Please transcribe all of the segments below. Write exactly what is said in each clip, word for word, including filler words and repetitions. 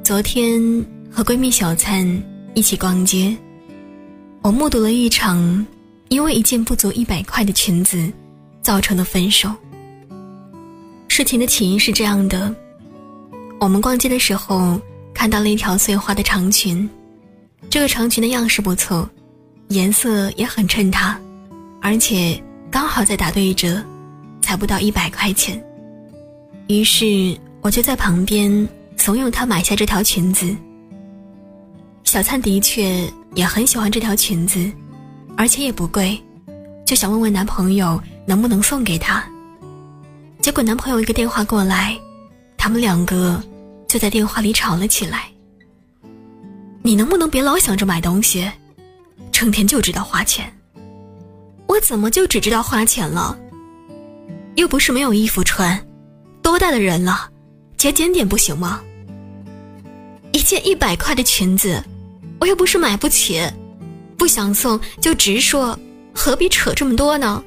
昨天和闺蜜小灿一起逛街，我目睹了一场因为一件不足一百块的裙子造成的分手。事情的起因是这样的，我们逛街的时候看到了一条碎花的长裙，这个长裙的样式不错，颜色也很衬它，而且刚好在打对折，才不到一百块钱。于是我就在旁边怂恿她买下这条裙子。小灿的确也很喜欢这条裙子，而且也不贵，就想问问男朋友能不能送给她。结果男朋友一个电话过来，他们两个就在电话里吵了起来。你能不能别老想着买东西，成天就知道花钱。我怎么就只知道花钱了？又不是没有衣服穿，多大的人了，节俭点不行吗？一件一百块的裙子，我又不是买不起，不想送就直说，何必扯这么多呢？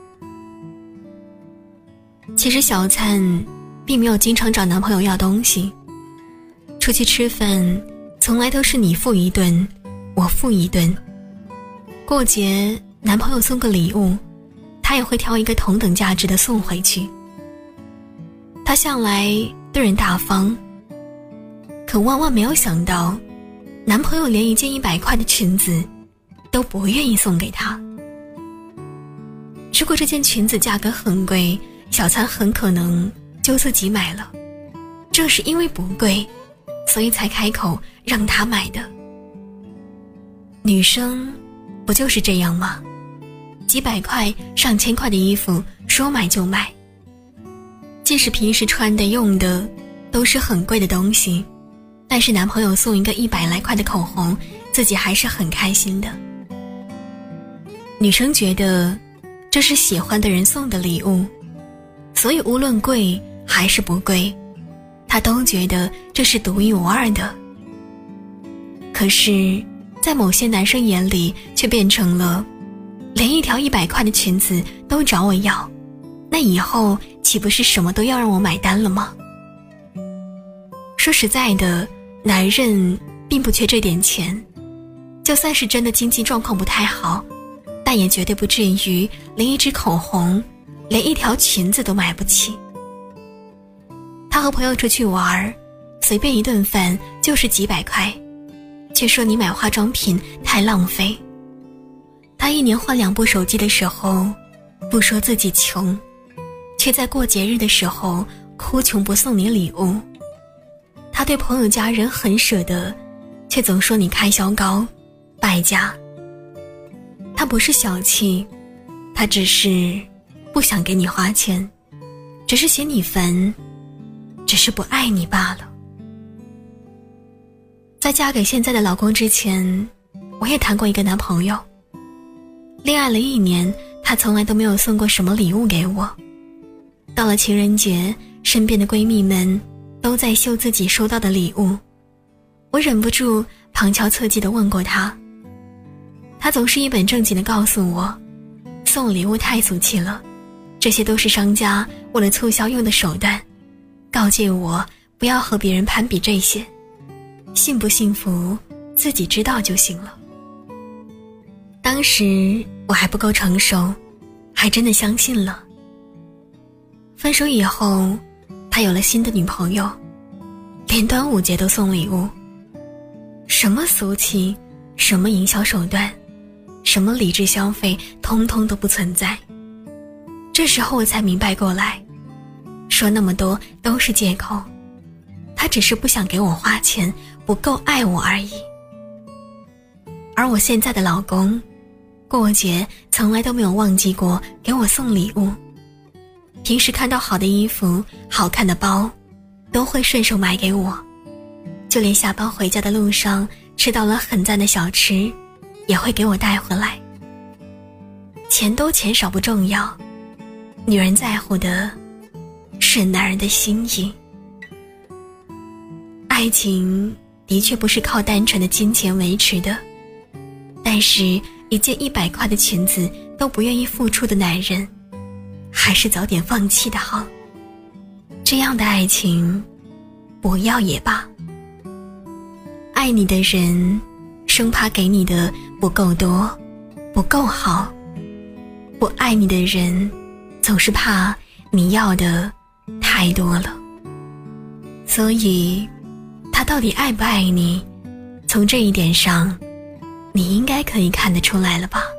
其实小灿并没有经常找男朋友要东西，出去吃饭从来都是你付一顿，我付一顿。过节男朋友送个礼物，他也会挑一个同等价值的送回去。他向来对人大方，可万万没有想到，男朋友连一件一百块的裙子都不愿意送给他。如果这件裙子价格很贵，小灿很可能就自己买了，正是因为不贵，所以才开口让他买的。女生不就是这样吗？几百块上千块的衣服说买就买，即使平时穿的用的都是很贵的东西，但是男朋友送一个一百来块的口红，自己还是很开心的。女生觉得这是喜欢的人送的礼物，所以无论贵还是不贵，她都觉得这是独一无二的。可是在某些男生眼里却变成了，连一条一百块的裙子都找我要，那以后岂不是什么都要让我买单了吗？说实在的，男人并不缺这点钱，就算是真的经济状况不太好，但也绝对不至于连一支口红，连一条裙子都买不起。他和朋友出去玩，随便一顿饭就是几百块，却说你买化妆品太浪费。他一年换两部手机的时候，不说自己穷，却在过节日的时候哭穷不送你礼物。他对朋友家人很舍得，却总说你开销高，败家。他不是小气，他只是不想给你花钱，只是嫌你烦，只是不爱你罢了。在嫁给现在的老公之前，我也谈过一个男朋友，恋爱了一年，他从来都没有送过什么礼物给我。到了情人节，身边的闺蜜们都在秀自己收到的礼物，我忍不住旁敲侧击地问过他，他总是一本正经地告诉我，送礼物太俗气了，这些都是商家为了促销用的手段，告诫我不要和别人攀比这些，幸不幸福自己知道就行了。当时我还不够成熟，还真的相信了。分手以后，他有了新的女朋友，连端午节都送礼物。什么俗气，什么营销手段，什么理智消费，通通都不存在。这时候我才明白过来，说那么多都是借口，他只是不想给我花钱，不够爱我而已。而我现在的老公，过节从来都没有忘记过给我送礼物，平时看到好的衣服，好看的包，都会顺手买给我，就连下班回家的路上吃到了很赞的小吃，也会给我带回来。钱多钱少不重要，女人在乎的是男人的心意。爱情的确不是靠单纯的金钱维持的，但是一件一百块的裙子都不愿意付出的男人，还是早点放弃的好。这样的爱情不要也罢。 爱你的人生怕给你的不够多，不够好，不爱你的人总是怕你要的太多了。所以他到底爱不爱你，从这一点上你应该可以看得出来了吧。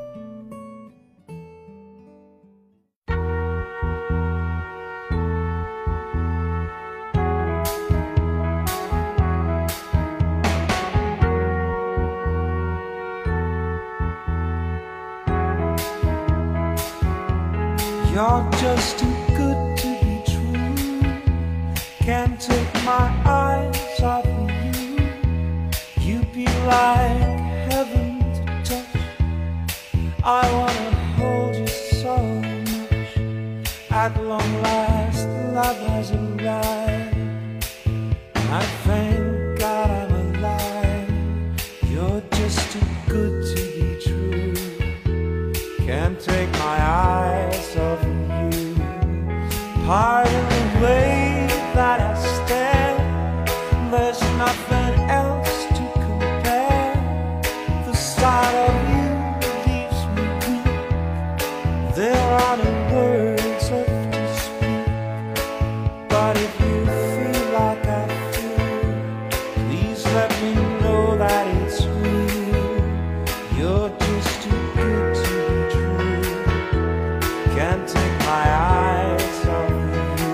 You're just too good to be true. Can't take my eyes off of you. You'd be like heaven to touch. I wanna hold you so much. At long last, love has arrived. I thank God I'm alive. You're just too good to be true. Can't take my eyes off of you. Pardon the way that I stare. There's nothing else to compare. The sight of you leaves me weak. There are no words left to speak. But if you feel like I feel, please let me know that it's real. You're just too good to be true. Can't take my eyes off of you.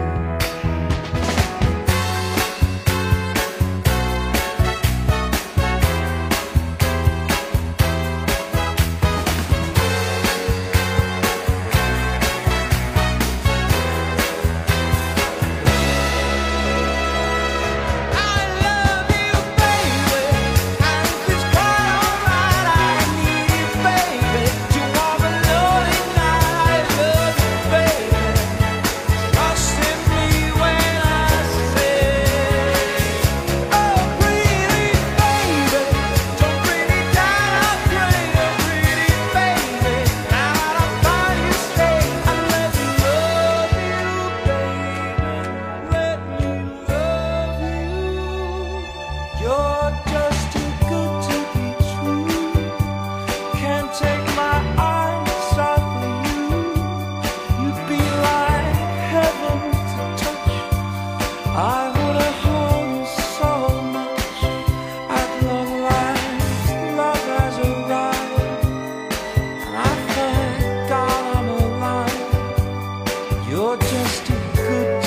I love you, baby, and if it's quite alright, I need you, baby. You are the lonely night. I love you, baby. Trust in me when I say, oh, pretty baby, don't bring me down. I pray, oh, pretty baby, now that I find you safe, I let me love you, baby. Let me love you. You're just too good to be true. Can't take my eyes off of you. You'd be like heaven to touch. I wanna hold you so much. At long last, love has arrived, and I thank God I'm alive. You're just too good